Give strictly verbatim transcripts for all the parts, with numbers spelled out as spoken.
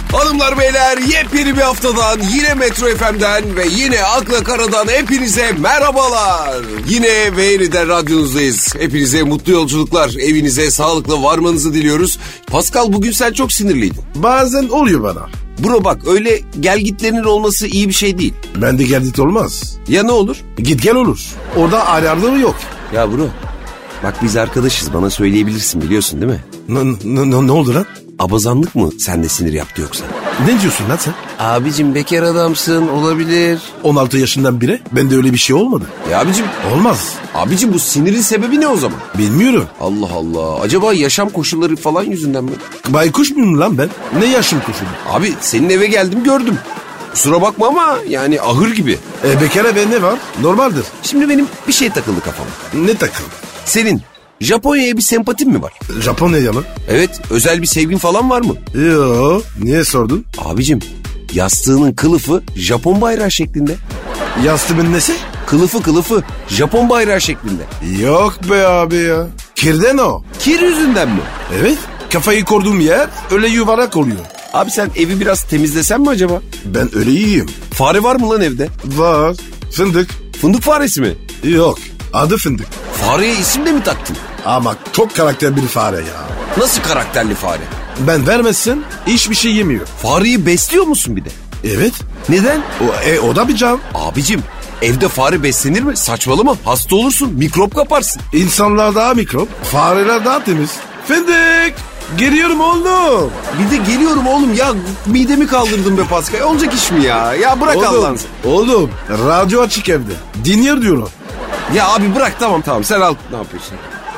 Hanımlar beyler, yepyeni bir haftadan yine Metro F M'den ve yine Akla Kara'dan hepinize merhabalar. Yine ve yeniden radyonuzdayız. Hepinize mutlu yolculuklar, evinize sağlıkla varmanızı diliyoruz. Pascal, bugün sen çok sinirliydin. Bazen oluyor bana. Bro bak, öyle gelgitlerinin olması iyi bir şey değil. Bende gelgit olmaz. Ya ne olur? Git gel olur. Orada ayarlığı yok. Ya bro, bak biz arkadaşız, bana söyleyebilirsin, biliyorsun değil mi? N- n- ne oldu lan? Abazanlık mı sende sinir yaptı yoksa? Ne diyorsun lan sen? Abicim bekar adamsın, olabilir. on altı yaşından biri bende öyle bir şey olmadı. Ya abicim. Olmaz. Abicim bu sinirin sebebi ne o zaman? Bilmiyorum. Allah Allah. Acaba yaşam koşulları falan yüzünden mi? Baykuş muyum lan ben? Ne yaşam koşulu? Abi senin eve geldim gördüm. Kusura bakma ama yani ahır gibi. E bekara ben ne var? Normaldir. Şimdi benim bir şey takıldı kafama. Ne takıldı? Senin Japonya'ya bir sempatin mi var? Japonya mı? Evet, özel bir sevgin falan var mı? Yo, niye sordun? Abicim, yastığının kılıfı Japon bayrağı şeklinde. Yastığımın nesi? Kılıfı kılıfı Japon bayrağı şeklinde. Yok be abi ya. Kirden o. Kir yüzünden mi? Evet. Kafayı koyduğum yer öyle yuvarlak oluyor. Abi sen evi biraz temizlesen mi acaba? Ben öyle iyiyim. Fare var mı lan evde? Var. Fındık. Fındık faresi mi? Yok. Adı fındık. Fareye isim de mi taktın? Ama çok karakterli bir fare ya. Nasıl karakterli fare? Ben vermezsen hiçbir şey yemiyor. Fareyi besliyor musun bir de? Evet. Neden? O, e, o da bir can. Abicim, evde fare beslenir mi? Saçmalama, hasta olursun, mikrop kaparsın. İnsanlar daha mikrop, fareler daha temiz. Fındık! Geliyorum oğlum. Bir de geliyorum oğlum ya, midemi kaldırdım be Pascal. Olacak iş mi ya? Ya bırak Allah'ını. Oğlum, radyo açık evde. Dinliyor diyorum. Ya abi bırak, tamam tamam, sen al, ne yapıyorsun?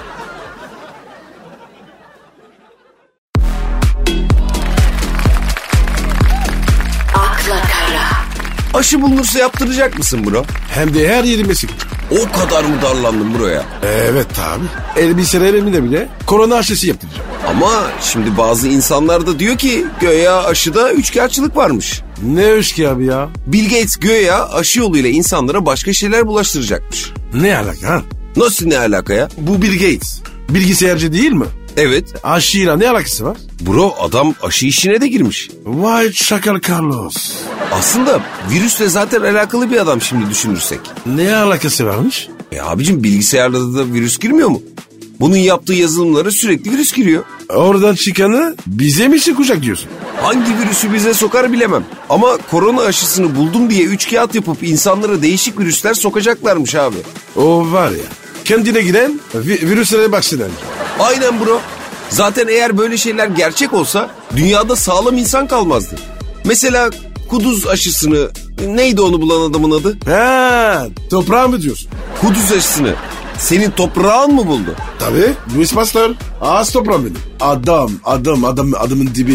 Akla Kara. Aşı bulunursa yaptıracak mısın bro? Hem de her yerime sık. O kadar mı darlandın bro ya? Evet abi. Elbiselerimde bile korona aşısı yaptıracağım. Ama şimdi bazı insanlar da diyor ki göya aşıda üçkağıtçılık varmış. Ne öşki abi ya? Bill Gates göya aşı yoluyla insanlara başka şeyler bulaştıracakmış. Ne alaka ha? Nasıl ne alaka ya? Bu Bill Gates. Bilgisayarcı değil mi? Evet. Aşıyla ne alakası var? Bro, adam aşı işine de girmiş. Vay çakal Carlos. Aslında virüsle zaten alakalı bir adam şimdi düşünürsek. Ne alakası varmış? E abicim, bilgisayarda da virüs girmiyor mu? Bunun yaptığı yazılımlara sürekli virüs giriyor. Oradan çıkanı bize mi çıkacak diyorsun? Hangi virüsü bize sokar bilemem. Ama korona aşısını buldum diye üç kağıt yapıp insanlara değişik virüsler sokacaklarmış abi. O var ya, kendine giren vi- virüslere baksın. Aynen bro. Zaten eğer böyle şeyler gerçek olsa dünyada sağlam insan kalmazdı. Mesela kuduz aşısını, neydi onu bulan adamın adı? Ha, toprağı mı diyorsun? Kuduz aşısını senin toprağın mı buldu? Tabii. Louis Pasteur. Ağız toprağım benim. Adam, adam, adam, adamın dibi.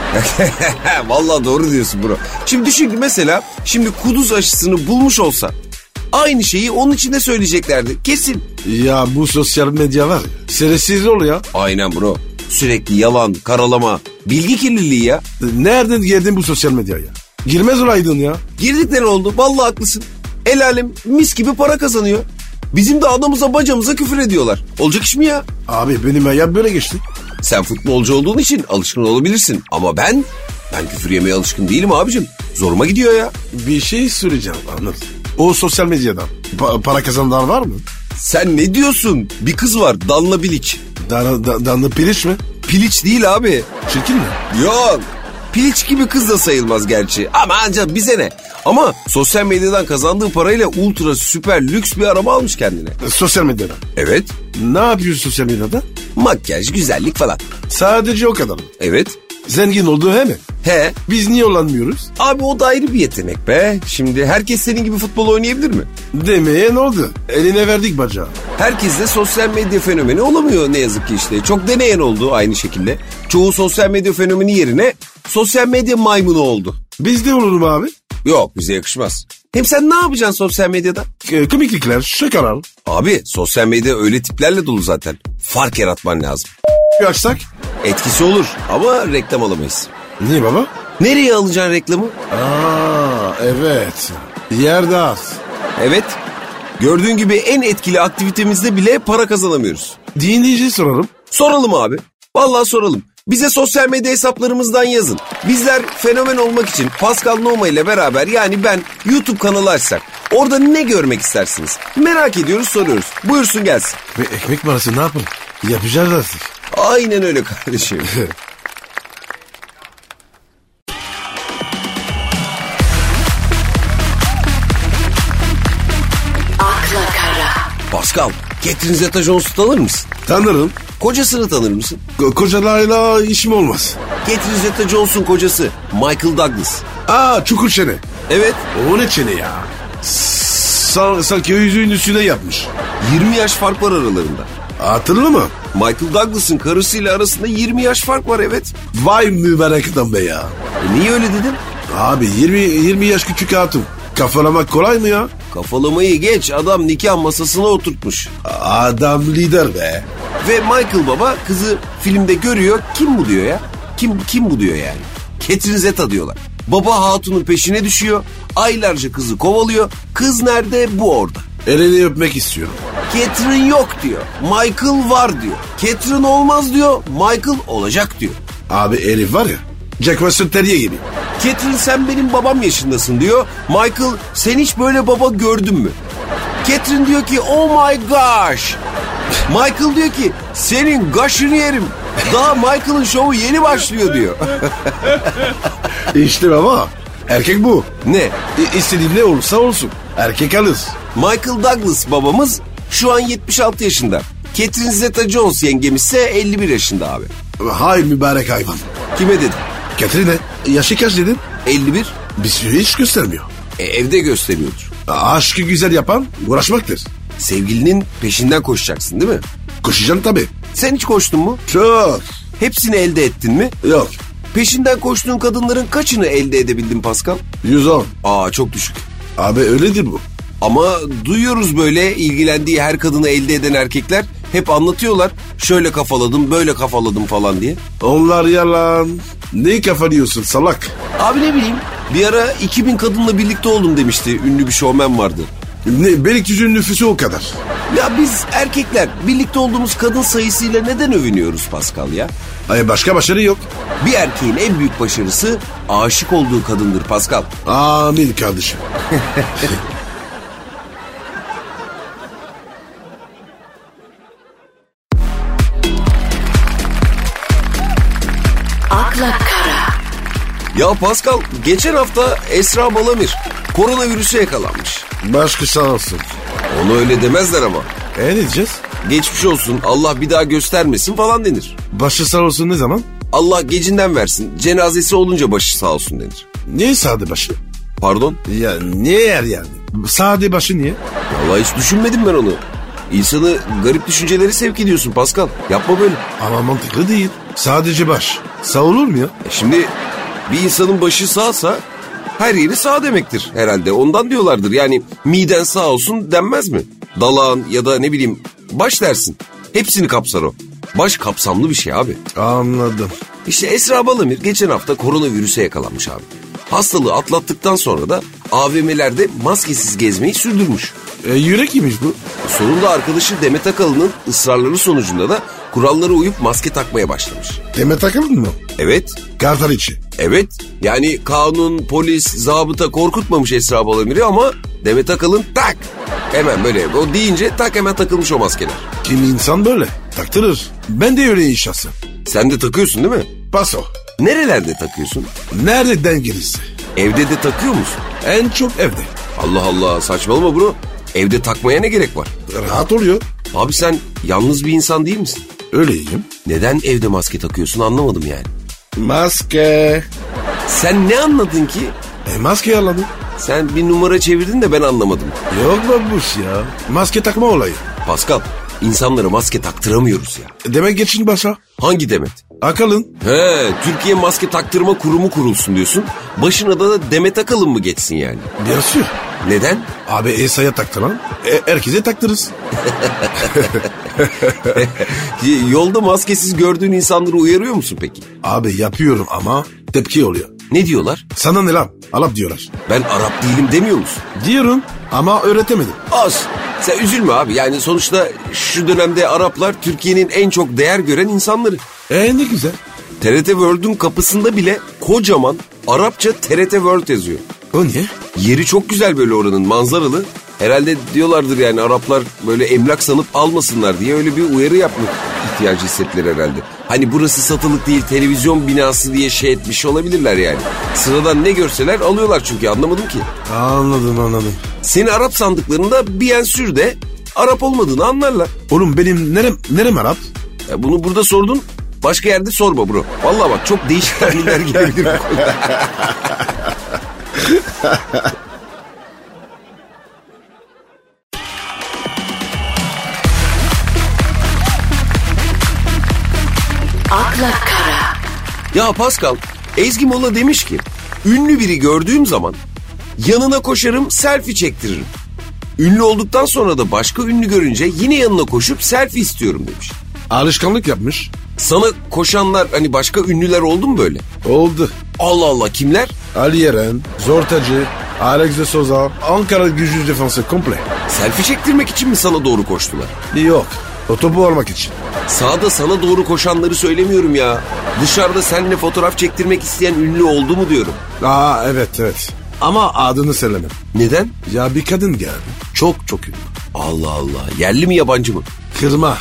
Vallahi doğru diyorsun bro. Şimdi düşün ki mesela şimdi kuduz aşısını bulmuş olsa aynı şeyi onun için de söyleyeceklerdi. Kesin. Ya bu sosyal medya var ya. Şerefsiz ol ya. Aynen bro. Sürekli yalan, karalama, bilgi kirliliği ya. Nereden girdin bu sosyal medyaya? Girmez olaydın ya. Girdik de ne oldu? Vallahi haklısın. El alem mis gibi para kazanıyor. Bizim de adamıza bacamıza küfür ediyorlar. Olacak iş mi ya? Abi benim hayat böyle geçti. Sen futbolcu olduğun için alışkın olabilirsin. Ama ben, ben küfür yemeye alışkın değilim abicim. Zoruma gidiyor ya. Bir şey söyleyeceğim anladın. O sosyal medyadan pa- para kazananlar var mı? Sen ne diyorsun? Bir kız var, Danla Bilic. Dan, dan, danlı piliç mi? Piliç değil abi. Çirkin mi? Yok. Piliç gibi kız da sayılmaz gerçi. Ama ancak bize ne? Ama sosyal medyadan kazandığı parayla ultra süper lüks bir araba almış kendine. Sosyal medyada. Evet. Ne yapıyorsun sosyal medyada? Makyaj, güzellik falan. Sadece o kadar. Evet. Zengin oldu he mi? He. Biz niye olamıyoruz? Abi o da ayrı bir yetenek be. Şimdi herkes senin gibi futbol oynayabilir mi? Demeye ne oldu? Eline verdik bacağı. Herkes de sosyal medya fenomeni olamıyor ne yazık ki işte. Çok deneyen oldu aynı şekilde. Çoğu sosyal medya fenomeni yerine sosyal medya maymunu oldu. Biz de olur mu abi? Yok, bize yakışmaz. Hem sen ne yapacaksın sosyal medyada? K- komiklikler, şakalar. Abi sosyal medya öyle tiplerle dolu zaten. Fark yaratman lazım. Açsak? Etkisi olur ama reklam alamayız. Niye baba? Nereye alacaksın reklamı? Aa evet. Yerde az. Evet. Gördüğün gibi en etkili aktivitemizde bile para kazanamıyoruz. Dinleyici soralım. Soralım abi. Vallahi soralım. Bize sosyal medya hesaplarımızdan yazın. Bizler fenomen olmak için Pascal Numa ile beraber, yani ben, YouTube kanalı açsak orada ne görmek istersiniz? Merak ediyoruz, soruyoruz. Buyursun gelsin. Ve ekmek parası ne yapalım? Yapacağız artık. Aynen öyle kardeşim. akla kara, Pascal, Catherine Zeta-Jones'u tanır mısın? Tanırım. Kocasını tanır mısın? Ko- kocalarla işim olmaz. Catherine Zeta-Jones'un kocası Michael Douglas. Aa, çukur çene. Evet. O ne çene ya? San, sanki yüzüğün üstüne yapmış. yirmi yaş fark var aralarında. Hatırlı mı? Michael Douglas'ın karısıyla arasında yirmi yaş fark var, evet. Vay mübarek adam be ya. E niye öyle dedin? Abi yirmi yirmi yaş küçük hatun. Kafalamak kolay mı ya? Kafalamayı geç, adam nikah masasına oturtmuş. Adam lider be. Ve Michael Baba kızı filmde görüyor. Kim bu diyor ya? Kim kim bu diyor yani? Catherine Zeta diyorlar. Baba hatunun peşine düşüyor. Aylarca kızı kovalıyor. Kız nerede? Bu orada. Elini öpmek istiyorum. Catherine yok diyor. Michael var diyor. Catherine olmaz diyor. Michael olacak diyor. Abi Elif var ya. Jack Russell Terrier gibi. Catherine sen benim babam yaşındasın diyor. Michael sen hiç böyle baba gördün mü? Catherine diyor ki oh my gosh. Michael diyor ki senin gaşını yerim. Daha Michael'ın şovu yeni başlıyor diyor. İşte baba. Erkek bu. Ne? İ- istediğim ne olursa olsun. Erkek alır. Michael Douglas babamız şu an yetmiş altı yaşında. Catherine Zeta-Jones yengemiz ise elli bir yaşında abi. Hay mübarek hayvan. Kime dedim? Katrine yaşı kaç dedin? elli bir. Bir sürü hiç göstermiyor. E, evde gösteriyordur. Aşkı güzel yapan uğraşmaktır. Sevgilinin peşinden koşacaksın değil mi? Koşacaksın tabii. Sen hiç koştun mu? Çok. Hepsini elde ettin mi? Yok. Peşinden koştuğun kadınların kaçını elde edebildin Pascal? yüz on. Aa çok düşük. Abi öyledir bu. Ama duyuyoruz böyle ilgilendiği her kadını elde eden erkekler hep anlatıyorlar. Şöyle kafaladım, böyle kafaladım falan diye. Onlar yalan. Ne kafa diyorsun salak? Abi ne bileyim, bir ara iki bin kadınla birlikte oldum demişti, ünlü bir şovmen vardı. Ne, Beylikdüzü'nün nüfusu o kadar. Ya biz erkekler birlikte olduğumuz kadın sayısıyla neden övünüyoruz Pascal ya? Ay başka başarı yok. Bir erkeğin en büyük başarısı aşık olduğu kadındır Pascal. Amin kardeşim. akla kara, Ya Pascal, geçen hafta Esra Balamir koronavirüse yakalanmış. Başka sağ olsun. Onu öyle demezler ama. E ne diyeceğiz? Geçmiş olsun, Allah bir daha göstermesin falan denir. Başı sağ olsun ne zaman? Allah gecinden versin, cenazesi olunca başı sağ olsun denir. Niye sade başı? Pardon? Ya niye yer yani? Sade başı niye? Vallahi hiç düşünmedim ben onu. İnsanı garip düşünceleri sevk ediyorsun Pascal. Yapma böyle. Ama mantıklı değil. Sadece baş. Sağ olur mu ya? E şimdi bir insanın başı sağsa her yeri sağ demektir herhalde. Ondan diyorlardır. Yani miden sağ olsun denmez mi? Dalağın ya da ne bileyim baş dersin. Hepsini kapsar o. Baş kapsamlı bir şey abi. Anladım. İşte Esra Balamir geçen hafta koronavirüse yakalanmış abi. Hastalığı atlattıktan sonra da A V M'lerde maskesiz gezmeyi sürdürmüş. E, yürek yemiş bu. Sonunda arkadaşı Demet Akalın'ın ısrarları sonucunda da kurallara uyup maske takmaya başlamış. Demet takıldın mı? Evet, Kartal içi. evet. Yani kanun, polis, zabıta korkutmamış Esra Balamir'i ama Demet Akalın tak. Hemen böyle o deyince tak hemen takılmış o maskeler. Kimi insan böyle. Taktırır. Ben de öyleyim şahsen. Sen de takıyorsun değil mi? Paso. Nerelerde takıyorsun? Nereden gelirse. Evde de takıyor musun? En çok evde. Allah Allah, saçmalama bro. Evde takmaya ne gerek var? Rahat oluyor. Abi sen yalnız bir insan değil misin? Öyleyim. Neden evde maske takıyorsun anlamadım yani. Maske. Sen ne anladın ki? E maske anladım. Sen bir numara çevirdin de ben anlamadım. Yok babuş ya. Maske takma olayı. Pascal, insanlara maske taktıramıyoruz ya. Demek geçin başa. Hangi Demet? Akalın. He, Türkiye Maske Taktırma Kurumu kurulsun diyorsun. Başına da Demet Akalın mı geçsin yani? Bien sûr. Neden? Abi E S A'ya taktıran e, herkese taktırırız. Yolda maskesiz gördüğün insanları uyarıyor musun peki? Abi yapıyorum ama tepki oluyor. Ne diyorlar? Sana ne lan? Arap diyorlar. Ben Arap değilim demiyor musun? Diyorum ama öğretemedim. Az. Sen üzülme abi. Yani sonuçta şu dönemde Araplar Türkiye'nin en çok değer gören insanları. E ne güzel. T R T World'un kapısında bile kocaman Arapça T R T World yazıyor. O niye? Yeri çok güzel böyle oranın, manzaralı. Herhalde diyorlardır yani Araplar böyle emlak sanıp almasınlar diye öyle bir uyarı yapmak ihtiyacı hissettiler herhalde. Hani burası satılık değil, televizyon binası diye şey etmiş olabilirler yani. Sıradan ne görseler alıyorlar çünkü, anlamadım ki. Anladım anladım. Seni Arap sandıklarında bir en sür de Arap olmadığını anlarlar. Oğlum benim nerem, nerem Arap? Ya bunu burada sordun, başka yerde sorma bro. Vallahi bak çok değişik tahminler gelebilir bu konuda. Akla Kara. Ya Pascal, Ezgi Mola demiş ki, ünlü biri gördüğüm zaman yanına koşarım, selfie çektiririm. Ünlü olduktan sonra da başka ünlü görünce yine yanına koşup selfie istiyorum demiş. Alışkanlık yapmış. Sana koşanlar hani başka ünlüler oldu mu böyle? Oldu. Allah Allah, kimler? Ali Yeren, Zortacı, Alex de Souza, Ankara Gücü Defansı komple. Selfie çektirmek için mi sana doğru koştular? Yok. O topu almak için. Sağda sana doğru koşanları söylemiyorum ya. Dışarıda seninle fotoğraf çektirmek isteyen ünlü oldu mu diyorum. Aa evet evet. Ama adını söylemem. Neden? Ya bir kadın geldi. Çok çok ünlü. Allah Allah. Yerli mi yabancı mı? Kırma.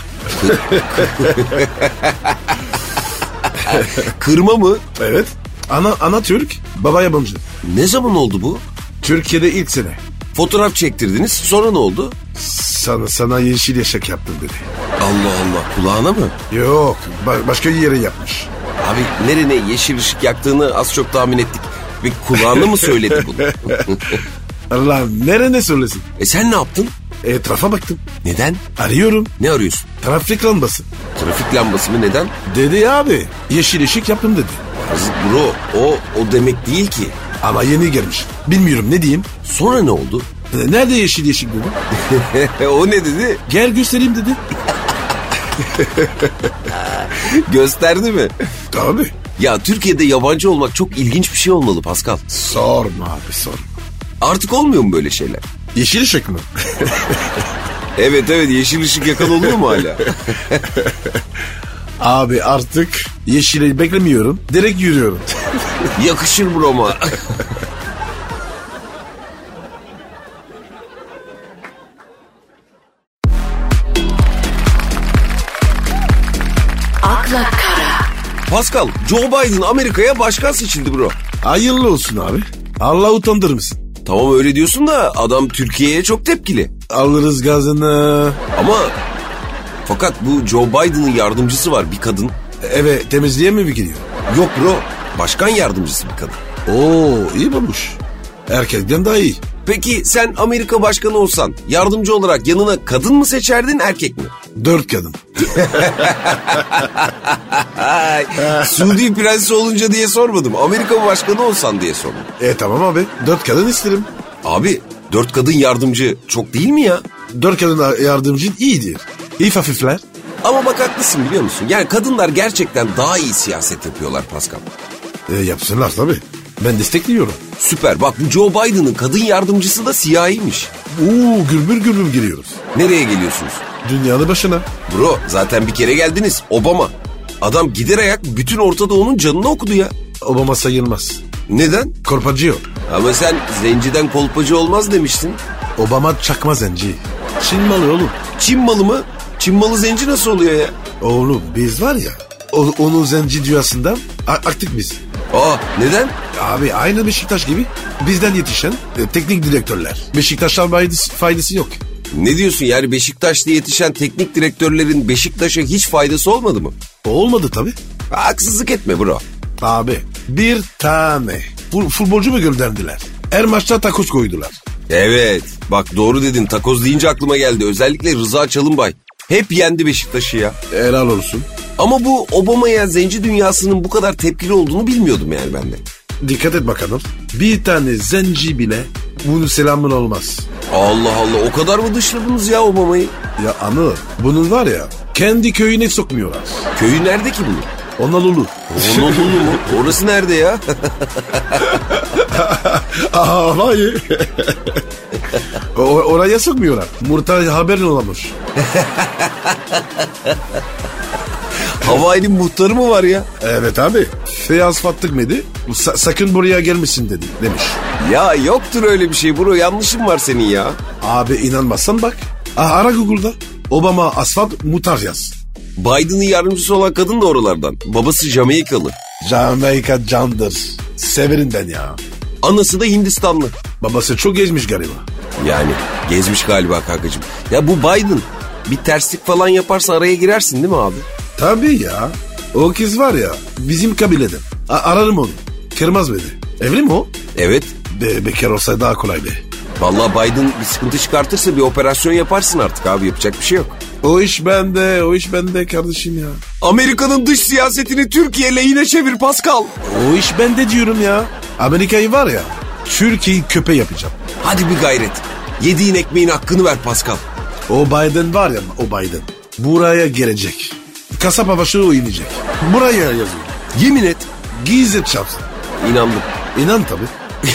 Kırma mı? Evet. Ana, ana Türk, baba yabancı. Ne zaman oldu bu? Türkiye'de ilk sene. Fotoğraf çektirdiniz, sonra ne oldu? Sana sana yeşil yaşak yaptım dedi. Allah Allah, kulağına mı? Yok, ba- başka yere yapmış. Abi nerene yeşil ışık yaktığını az çok tahmin ettik. Ve kulağına mı söyledi bunu? Allah nereye söylesin? E sen ne yaptın? Etrafa baktım. Neden? Arıyorum. Ne arıyorsun? Trafik lambası. Trafik lambası mı, neden? Dedi ya abi, yeşil ışık yaptım dedi. Aziz bro, o, o demek değil ki. Ama yeni gelmiş. Bilmiyorum ne diyeyim. Sonra ne oldu? Nerede yeşil yeşil dedi. O ne dedi? Gel göstereyim dedi. Gösterdi mi? Tabii. Ya Türkiye'de yabancı olmak çok ilginç bir şey olmalı Pascal. Sorma abi sorma. Artık olmuyor mu böyle şeyler? Yeşil ışık mı? Evet evet, yeşil ışık yakan oluyor mu hala? Abi artık yeşili beklemiyorum. Direkt yürüyorum. Yakışır broma. Akla Kara. Pascal, Joe Biden Amerika'ya başkan seçildi bro. Hayırlı olsun abi. Allah utandırır mısın? Tamam öyle diyorsun da adam Türkiye'ye çok tepkili. Alırız gazını. Ama fakat bu Joe Biden'ın yardımcısı var, bir kadın. Eve temizliğe mi gidiyor? Yok bro, başkan yardımcısı bir kadın. Oo iyi bulmuş. Erkekten daha iyi. Peki sen Amerika başkanı olsan yardımcı olarak yanına kadın mı seçerdin, erkek mi? Dört kadın. Ay, Suudi prensi olunca diye sormadım. Amerika başkanı olsan diye sordum. E tamam abi. Dört kadın isterim. Abi dört kadın yardımcı çok değil mi ya? Dört kadın yardımcı iyidir. İyi hafifler. Ama bak haklısın, biliyor musun? Yani kadınlar gerçekten daha iyi siyaset yapıyorlar Pascal. E, yapsınlar tabii. Ben destekliyorum. Süper. Bak bu Joe Biden'ın kadın yardımcısı da siyahiymiş. Oo gürbür gürbür giriyoruz. Nereye geliyorsunuz? Dünyanın başına. Bro zaten bir kere geldiniz. Obama. Adam gider ayak bütün Orta Doğu'nun canını okudu ya. Obama sayılmaz. Neden? Korpacı. Ama sen zenciden kolpacı olmaz demiştin. Obama çakma zenci. Çin malı oğlum. Çin malı mı? Çin malı zenci nasıl oluyor ya? Oğlum biz var ya o, onun zenci dünyasından a- aktık biz. Aa neden? Abi aynı Beşiktaş gibi bizden yetişen e, teknik direktörler. Beşiktaş'tan faydası, faydası yok. Ne diyorsun yani, Beşiktaş'ta yetişen teknik direktörlerin Beşiktaş'a hiç faydası olmadı mı? Olmadı tabii. Haksızlık etme bro. Abi bir tane Fu- futbolcu mu gönderdiler? Her maçta takoz koydular. Evet bak doğru dedin, takoz deyince aklıma geldi. Özellikle Rıza Çalınbay. Hep yendi Beşiktaş'ı ya. Helal olsun. Ama bu Obama'ya zenci dünyasının bu kadar tepkili olduğunu bilmiyordum yani ben de. Dikkat et bakalım. Bir tane zenci bile bunun selamın olmaz. Allah Allah, o kadar mı dışladınız ya Obama'yı? Ya Anıl bunun var ya kendi köyüne sokmuyorlar. Köyü nerede ki bunun? Honolulu. Honolulu mu? Orası nerede ya? Aa hayır. o, oraya sokmuyorlar. Murta haberin olamış. Hawaii'nin muhtarı mı var ya? Evet abi. Feyyaz Fattık mıydı? Sa- sakın buraya gelmesin dedi demiş. Ya yoktur öyle bir şey bro, yanlışın var senin ya. Abi inanmazsan bak. Aa, ara Google'da. Obama asfalt muhtar yaz. Biden'ın yardımcısı olan kadın da oralardan. Babası Jamaikalı. Jamaika candır. Severinden ya. Anası da Hindistanlı. Babası çok gezmiş galiba. Yani gezmiş galiba kankacığım. Ya bu Biden bir terslik falan yaparsa araya girersin değil mi abi? Tabii ya. O kız var ya bizim kabileden. A- ararım onu. Kırmaz beni. Evli mi o? Evet. Be bekar olsa daha kolay be. Vallahi Biden bir sıkıntı çıkartırsa bir operasyon yaparsın artık abi, yapacak bir şey yok. O iş bende, o iş bende kardeşim ya. Amerika'nın dış siyasetini Türkiye lehine çevir Pascal. O iş bende diyorum ya. Amerika'yı var ya, Türkiye'yi köpe yapacağım. Hadi bir gayret. Yediğin ekmeğin hakkını ver Pascal. O Biden var ya, o Biden. Buraya gelecek. Kasap havaşı o inecek. Buraya yazıyor. Yemin et. Gizli çarpsın. İnandım. İnan tabii.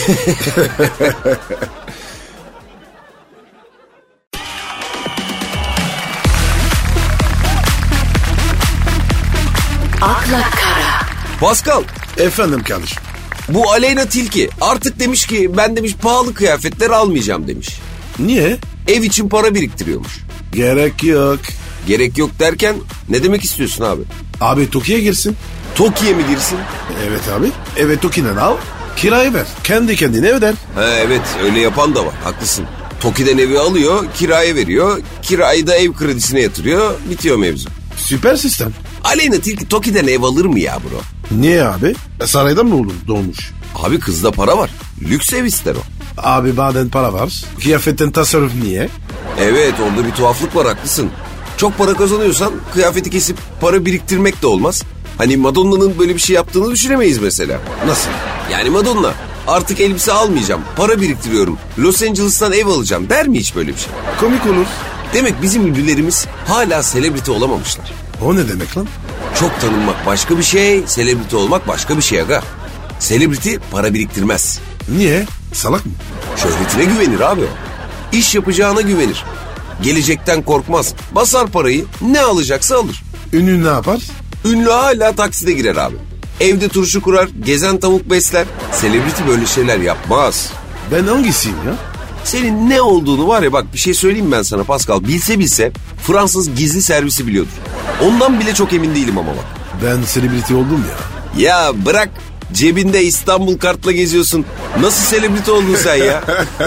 akla kara, Pascal, Efendim kardeşim. bu Aleyna Tilki artık demiş ki ben demiş pahalı kıyafetler almayacağım demiş. Niye? Ev için para biriktiriyormuş. Gerek yok. Gerek yok derken ne demek istiyorsun abi? Abi Toki'ye girsin. Toki'ye mi girsin? Evet abi. Evet Toki'den al. Kirayı ver. Kendi kendine öder. Ha, evet öyle yapan da var, haklısın. Toki'den evi alıyor, kiraya veriyor. Kirayı da ev kredisine yatırıyor, bitiyor mevzu. Süper sistem. Aleyna Tilki Toki'den ev alır mı ya bro? Niye abi? Sarayda mı olur doğmuş? Abi kızda para var. Lüks ev ister o. Abi baden para var. Kıyafetten tasarruf niye? Evet orada bir tuhaflık var, haklısın. Çok para kazanıyorsan kıyafeti kesip para biriktirmek de olmaz. Hani Madonna'nın böyle bir şey yaptığını düşünemeyiz mesela. Nasıl? Yani Madonna artık elbise almayacağım, para biriktiriyorum, Los Angeles'tan ev alacağım der mi hiç böyle bir şey? Komik olur. Demek bizim ünlülerimiz hala selebriti olamamışlar. O ne demek lan? Çok tanınmak başka bir şey, selebriti olmak başka bir şey aga. Selebriti para biriktirmez. Niye? Salak mı? Şöhretine güvenir abi o. İş yapacağına güvenir. Gelecekten korkmaz. Basar parayı, ne alacaksa alır. Ünlü ne yapar? Ünlü hala takside girer abi. Evde turşu kurar, gezen tavuk besler. Selebriti böyle şeyler yapmaz. Ben hangisiyim ya? Senin ne olduğunu var ya, bak bir şey söyleyeyim ben sana Pascal. Bilse bilse Fransız gizli servisi biliyordur. Ondan bile çok emin değilim ama bak. Ben selebriti oldum ya. Ya bırak, cebinde İstanbul kartla geziyorsun. Nasıl selebriti oldun sen ya?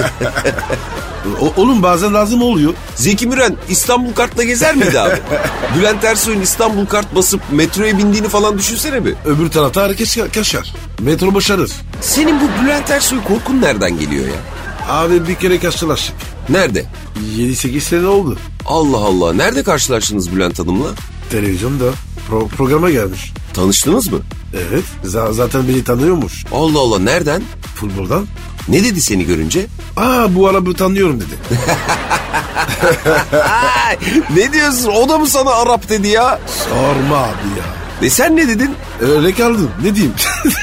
O, oğlum bazen lazım oluyor. Zeki Müren İstanbul kartla gezer miydi abi? Bülent Ersoy'un İstanbul kart basıp metroya bindiğini falan düşünsene bir. Öbür tarafta herkes kaşar. Metro başarır. Senin bu Bülent Ersoy korkun nereden geliyor ya? Abi bir kere karşılaştık. Nerede? yedi sekiz sene oldu. Allah Allah, nerede karşılaştınız Bülent Hanım'la? Televizyonda pro- programa gelmiş. Tanıştınız mı? Evet z- zaten beni tanıyormuş. Allah Allah, nereden? Futboldan. Ne dedi seni görünce? Aa bu arabı tanıyorum dedi. Ay, ne diyorsun, o da mı sana Arap dedi ya? Sorma abi ya. E sen ne dedin? Öyle kaldım ne diyeyim.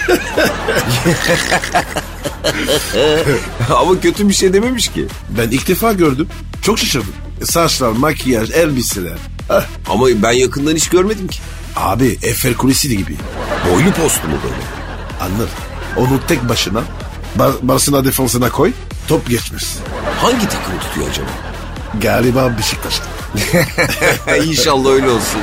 Ama kötü bir şey dememiş ki. Ben ilk defa gördüm. Çok şaşırdım. Saçlar, makyaj, elbiseler. Ah, Ama ben yakından hiç görmedim ki. abi Eiffel Kulesi gibi. Boylu postu mu böyle? Anladın. Onu tek başına bar- Barcelona defansına koy. Top geçmez. Hangi takımı tutuyor acaba? Galiba Beşiktaş'ta. İnşallah öyle olsun.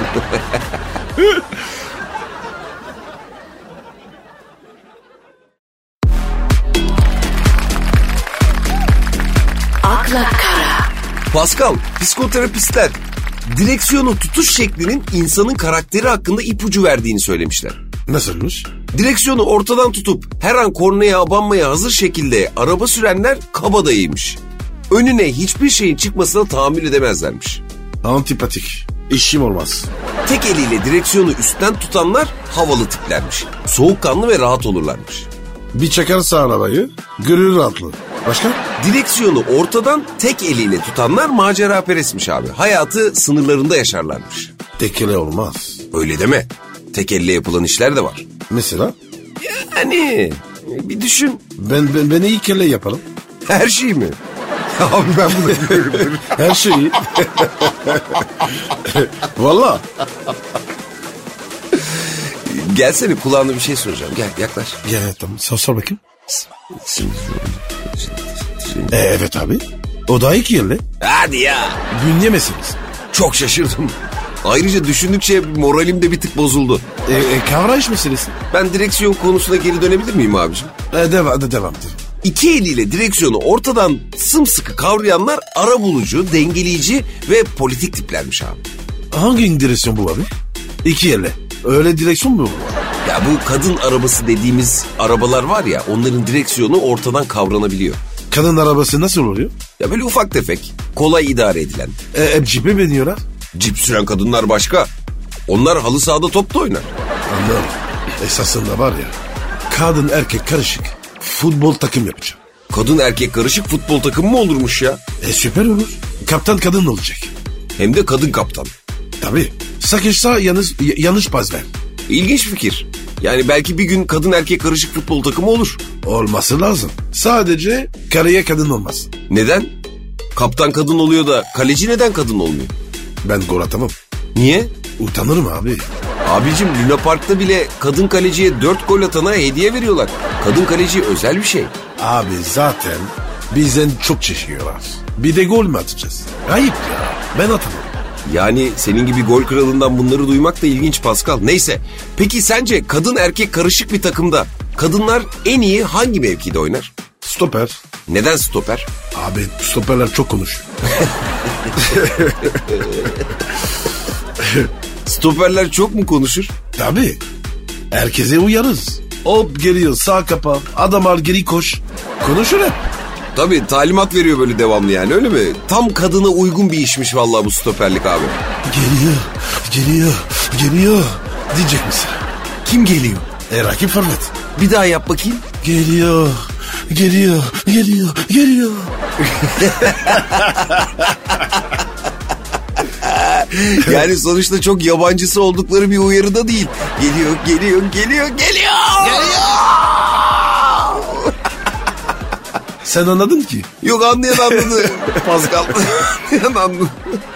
akla kara, Pascal, psikoterapistler direksiyonu tutuş şeklinin insanın karakteri hakkında ipucu verdiğini söylemişler. Nasılmış? Direksiyonu ortadan tutup her an kornaya abanmaya hazır şekilde araba sürenler kabadayıymış. Önüne hiçbir şeyin çıkmasına tahammül edemezlermiş. Antipatik. İşim olmaz. Tek eliyle direksiyonu üstten tutanlar havalı tiplermiş. Soğukkanlı ve rahat olurlarmış. Bir çakarsa arabayı görür rahatlığı. Başka? Direksiyonu ortadan tek eliyle tutanlar maceraperestmiş abi. Hayatı sınırlarında yaşarlarmış. Tekele olmaz. Öyle deme. Tek elle yapılan işler de var. Mesela? Yani bir düşün. Ben, ben beni ilk kere yapalım. Her şey mi? Abi ben bunu biliyorum. Her şeyi. Valla. Gelsene, kulağına bir şey soracağım. Gel yaklaş. Ya tamam, sor, sor bakayım. E, evet abi. O da iki yerli. Hadi ya. Bünye meselesi. Çok şaşırdım. Ayrıca düşündükçe moralim de bir tık bozuldu. E, e, kavrayış meselesi. Ben direksiyon konusuna geri dönebilir miyim abicim? E, devam, de, devam. İki eliyle direksiyonu ortadan sımsıkı kavrayanlar arabulucu, dengeleyici ve politik tiplermiş abi. Hangi direksiyon bu abi? İki yerli. Öyle direksiyon mu bu? Ya bu kadın arabası dediğimiz arabalar var ya, onların direksiyonu ortadan kavranabiliyor. Kadın arabası nasıl oluyor? Ya böyle ufak tefek, kolay idare edilen. E, hep cipe biniyorlar. Cip süren kadınlar başka. Onlar halı sahada top da oynar. Anladım. Esasında var ya, kadın erkek karışık futbol takım yapacağım. Kadın erkek karışık futbol takımı mı olurmuş ya? E süper olur. Kaptan kadın olacak. Hem de kadın kaptan. Tabii. Sakışsa yanlış, yanlış pas ver. İlginç fikir. Yani belki bir gün kadın erkek karışık futbol takımı olur. Olması lazım. Sadece kaleye kadın olmaz. Neden? Kaptan kadın oluyor da kaleci neden kadın olmuyor? Ben gol atamam. Niye? Utanırım abi. Abicim, Luna Park'ta bile kadın kaleciye dört gol atana hediye veriyorlar. Kadın kaleci özel bir şey. Abi zaten bizden çok çeşiyorlar. Bir de gol mü atacağız? Ayıp ya. Ben atamam. Yani senin gibi gol kralından bunları duymak da ilginç Pascal. Neyse. Peki sence kadın erkek karışık bir takımda kadınlar en iyi hangi mevkide oynar? Stoper. Neden stoper? Abi stoperler çok konuşuyor. Stoperler çok mu konuşur? Tabii. Herkese uyarız. Hop geliyor, sağ kapa, adam al geri koş. Konuşur hep. Tabii, talimat veriyor böyle devamlı yani, öyle mi? Tam kadına uygun bir işmiş vallahi bu stoperlik abi. Geliyor, geliyor, geliyor diyecek misin? Kim geliyor? E rakip forvet. Bir daha yap bakayım. Geliyor, geliyor, geliyor, geliyor. Yani sonuçta çok yabancısı oldukları bir uyarı da değil. Geliyor, geliyor, geliyor, geliyor. Geliyor. Sen anladın ki. Yok, anlayan anladı Pascal. Anlayan anladı.